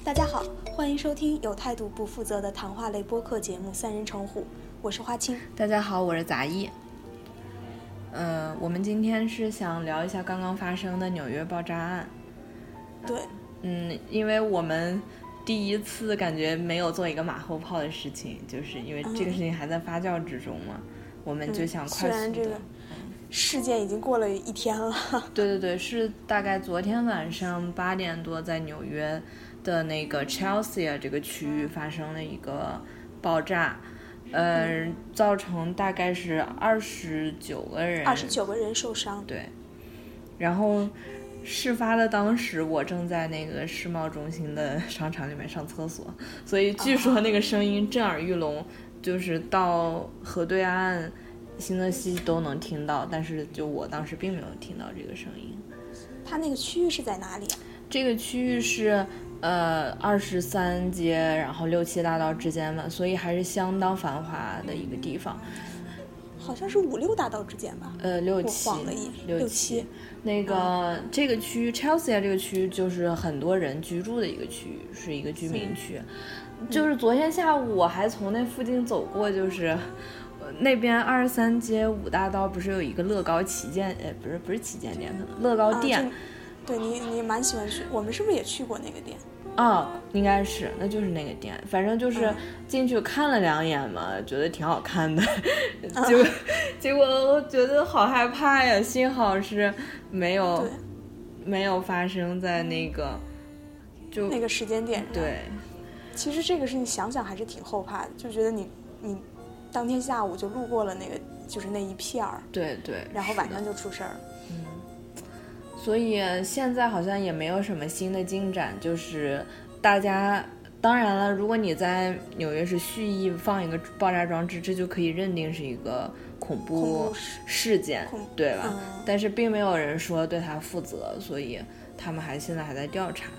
大家好，欢迎收听有态度不负责的谈话类播客节目《三人成虎》，我是花青。 大家好，我是杂艺。我们今天是想聊一下刚刚发生的纽约爆炸案。 对， 因为我们第一次感觉没有做一个马后炮的事情，就是因为这个事情还在发酵之中嘛，我们就想快速的。 虽然这个事件已经过了一天了。 对，是大概昨天晚上8点多，在纽约的那个 Chelsea 这个区域发生了一个爆炸，造成大概是29个人受伤。 对，然后事发的当时我正在那个世贸中心的商场里面上厕所，所以据说那个声音震耳欲聋，就是到河对岸新泽西都能听到，但是就我当时并没有听到这个声音。 它那个区域是在哪里啊？ 这个区域是23街然后6、7大道之间嘛，所以还是相当繁华的一个地方。 好像是5、6大道之间吧 ？6、7那个这个区域 Chelsea 这个区域就是很多人居住的一个区域，是一个居民区。就是昨天下午我还从那附近走过，就是那边23街5大道不是有一个乐高旗舰不是旗舰店，可能乐高店。 对，你蛮喜欢去，我们是不是也去过那个店？ 应该是，那就是那个店，反正就是进去看了2眼嘛，觉得挺好看的，结果我觉得好害怕呀，幸好是没有发生在那个那个时间点上。 对， 其实这个事情想想还是挺后怕的，就觉得你当天下午就路过了那个就是那一片儿， 对， 然后晚上就出事儿。 所以现在好像也没有什么新的进展，就是大家当然了，如果你在纽约是蓄意放一个爆炸装置，这就可以认定是一个恐怖事件，对吧？但是并没有人说对他负责，所以他们现在还在调查。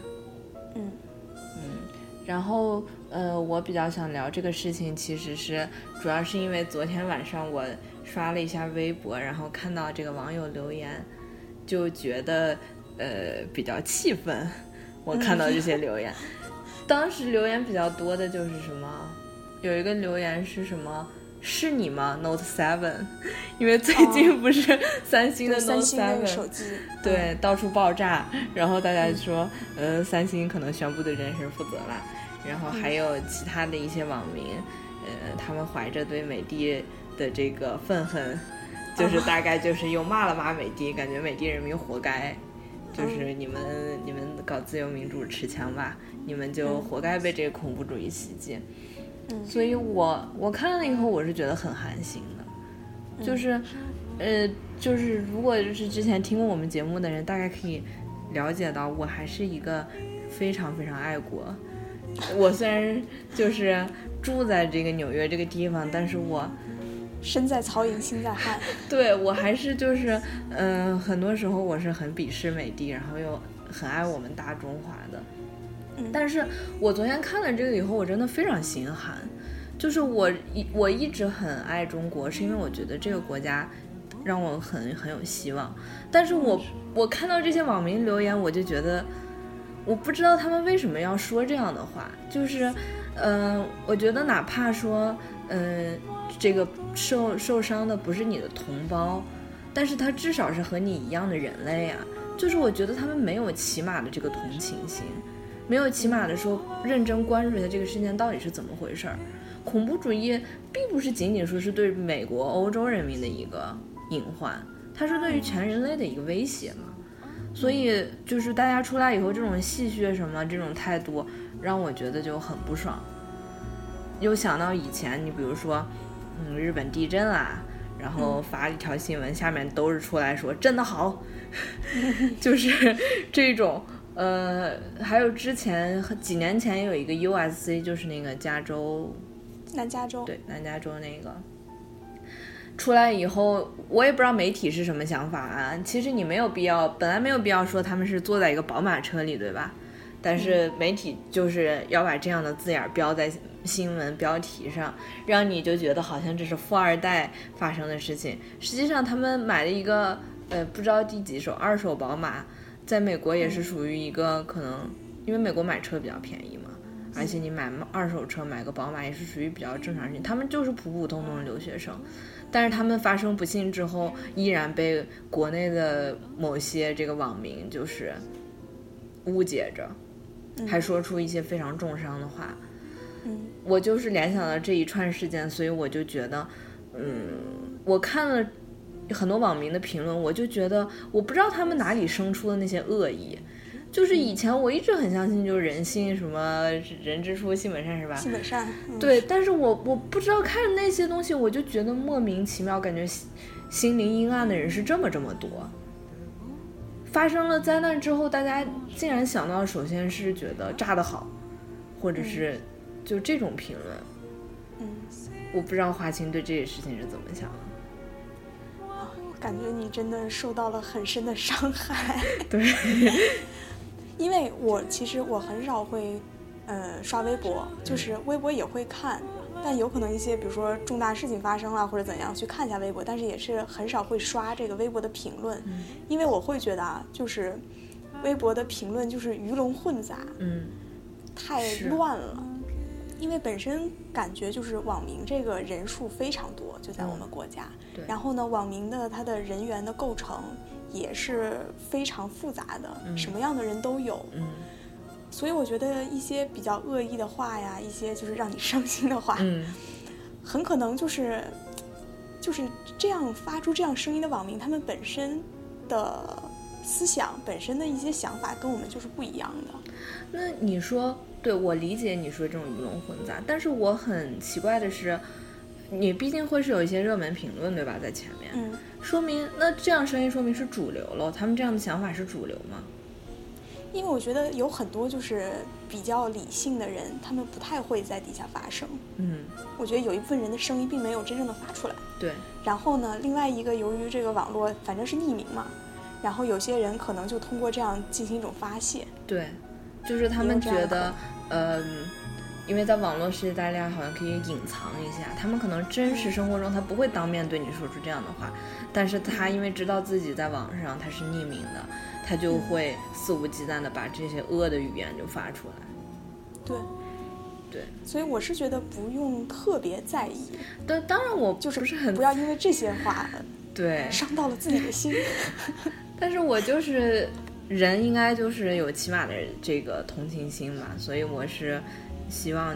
然后我比较想聊这个事情，其实是主要是因为昨天晚上我刷了一下微博，然后看到这个网友留言，就觉得比较气愤。我看到这些留言，当时留言比较多的就是什么，有一个留言是什么，是你吗 Note 7，因为最近不是三星的 Note 7 手机对到处爆炸，然后大家说三星可能宣布对这件事负责了，然后还有其他的一些网民他们怀着对美的的这个愤恨，就是大概就是又骂美的，感觉美的人民活该，就是你们搞自由民主持枪吧，你们就活该被这个恐怖主义袭击。所以我看了以后我是觉得很寒心的，就是如果是之前听过我们节目的人，大概可以了解到我还是一个非常非常爱国。我虽然就是住在这个纽约这个地方，但是我身在曹营心在汉。 对，我还是就是很多时候我是很鄙视美的，然后又很爱我们大中华的。但是我昨天看了这个以后，我真的非常心寒。就是我一直很爱中国，是因为我觉得这个国家让我很有希望。但是我看到这些网民留言，我就觉得我不知道他们为什么要说这样的话。就是我觉得哪怕说这个受伤的不是你的同胞，但是他至少是和你一样的人类啊。就是我觉得他们没有起码的这个同情心，没有起码的说认真关注一下这个事件到底是怎么回事儿。恐怖主义并不是仅仅说是对美国、欧洲人民的一个隐患，它是对于全人类的一个威胁嘛。所以就是大家出来以后这种戏谑什么这种态度，让我觉得就很不爽。又想到以前，你比如说日本地震啦，然后发一条新闻，下面都是出来说震得好，就是这种。还有之前几年前有一个 USC， 就是那个南加州那个出来以后，我也不知道媒体是什么想法啊。其实你本来没有必要说他们是坐在一个宝马车里，对吧？但是媒体就是要把这样的字眼标在新闻标题上，让你就觉得好像这是富二代发生的事情。实际上他们买了一个不知道第几手2手宝马，在美国也是属于一个可能因为美国买车比较便宜嘛，而且你买二手车买个宝马也是属于比较正常事情，他们就是普普通通的留学生，但是他们发生不幸之后依然被国内的某些这个网民就是误解着，还说出一些非常重伤的话。我就是联想到这一串事件，所以我就觉得我看了很多网民的评论，我就觉得我不知道他们哪里生出的那些恶意。就是以前我一直很相信就是人性什么人之初性本善是吧， 性本善， 对，但是我不知道看着那些东西我就觉得莫名其妙，感觉心灵阴暗的人是这么多。发生了灾难之后大家竟然想到首先是觉得炸得好，或者是就这种评论。我不知道华清对这些事情是怎么想的。 感觉你真的受到了很深的伤害。 对， 因为其实我很少会刷微博，就是微博也会看，但有可能一些比如说重大事情发生了或者怎样去看一下微博，但是也是很少会刷这个微博的评论。因为我会觉得就是微博的评论就是鱼龙混杂，太乱了。因为本身感觉就是网民这个人数非常多，就在我们国家。然后呢，网民的他的人员的构成也是非常复杂的，什么样的人都有。所以我觉得一些比较恶意的话呀，一些就是让你伤心的话，很可能就是这样发出这样声音的网民，他们本身的思想本身的一些想法跟我们就是不一样的。 那你说，对，我理解你说这种鱼龙混杂，但是我很奇怪的是，你毕竟会是有一些热门评论对吧，在前面，说明那这样声音说明是主流了，他们这样的想法是主流吗？ 因为我觉得有很多就是比较理性的人，他们不太会在底下发声。我觉得有一部分人的声音并没有真正的发出来。对。然后呢，另外一个由于这个网络反正是匿名嘛，然后有些人可能就通过这样进行一种发泄。 对，就是他们觉得因为在网络世界大家好像可以隐藏一下，他们可能真实生活中他不会当面对你说出这样的话，但是他因为知道自己在网上他是匿名的，他就会肆无忌惮的把这些恶的语言就发出来。对，所以我是觉得不用特别在意。对，当然我就是不要因为这些话对伤到了自己的心。但是我就是人应该就是有起码的这个同情心嘛，所以我是希望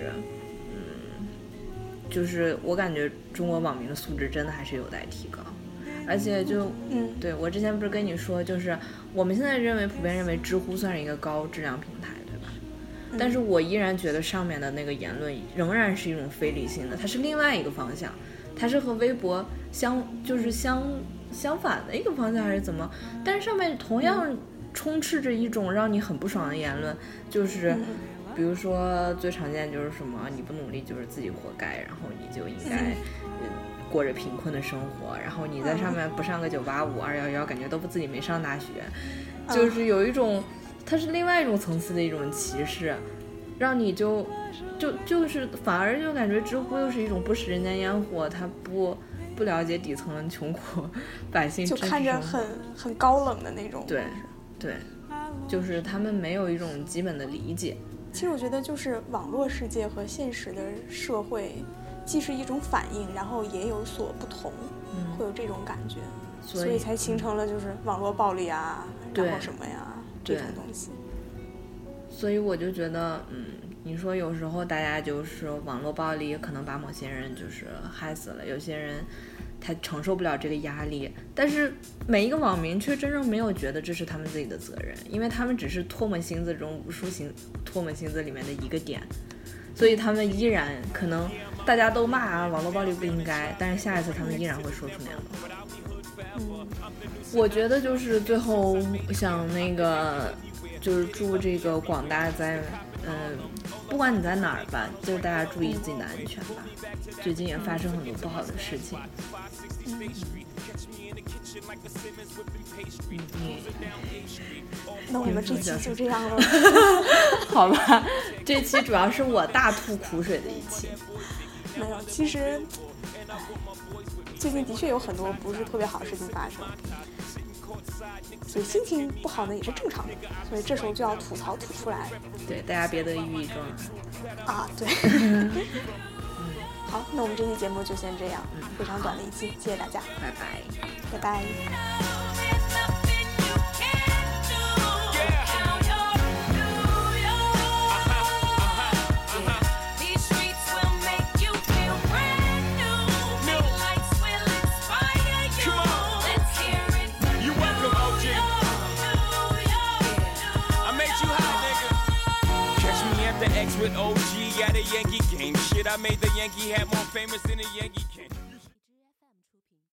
就是我感觉中国网民的素质真的还是有待提高。而且对，我之前不是跟你说，就是我们现在普遍认为知乎算是一个高质量平台对吧，但是我依然觉得上面的那个言论仍然是一种非理性的，它是另外一个方向，它是和微博相反的一个方向还是怎么，但是上面同样充斥着一种让你很不爽的言论，就是比如说最常见就是什么你不努力就是自己活该，然后你就应该过着贫困的生活，然后你在上面不上个985、211，感觉都自己没上大学，就是有一种它是另外一种层次的一种歧视，让你就是反而就感觉知乎又是一种不食人间烟火，它不了解底层穷苦百姓，就看着很高冷的那种。对，就是他们没有一种基本的理解。其实我觉得就是网络世界和现实的社会既是一种反应，然后也有所不同，会有这种感觉，所以才形成了就是网络暴力啊，然后什么呀这种东西。所以我就觉得你说有时候大家就是网络暴力可能把某些人就是害死了，有些人他承受不了这个压力，但是每一个网民却真正没有觉得这是他们自己的责任，因为他们只是唾沫星子中无数唾沫星子里面的一个点，所以他们依然可能大家都骂网络暴力不应该，但是下一次他们依然会说出那样的话。我觉得就是最后想就是祝这个广大在不管你在哪儿吧，就是大家注意自己的安全吧，最近也发生很多不好的事情。那我们这期就这样了。好吧，这期主要是我大吐苦水的一期。没有，其实最近的确有很多不是特别好的事情发生， 所以心情不好呢也是正常的，所以这时候就要吐槽吐出来。 对，大家别得抑郁症啊，对。好，那我们这期节目就先这样，非常短的一期，谢谢大家， 拜拜， 拜拜。 With OG at a Yankee game. Shit, I made the Yankee hat more famous than the Yankee game.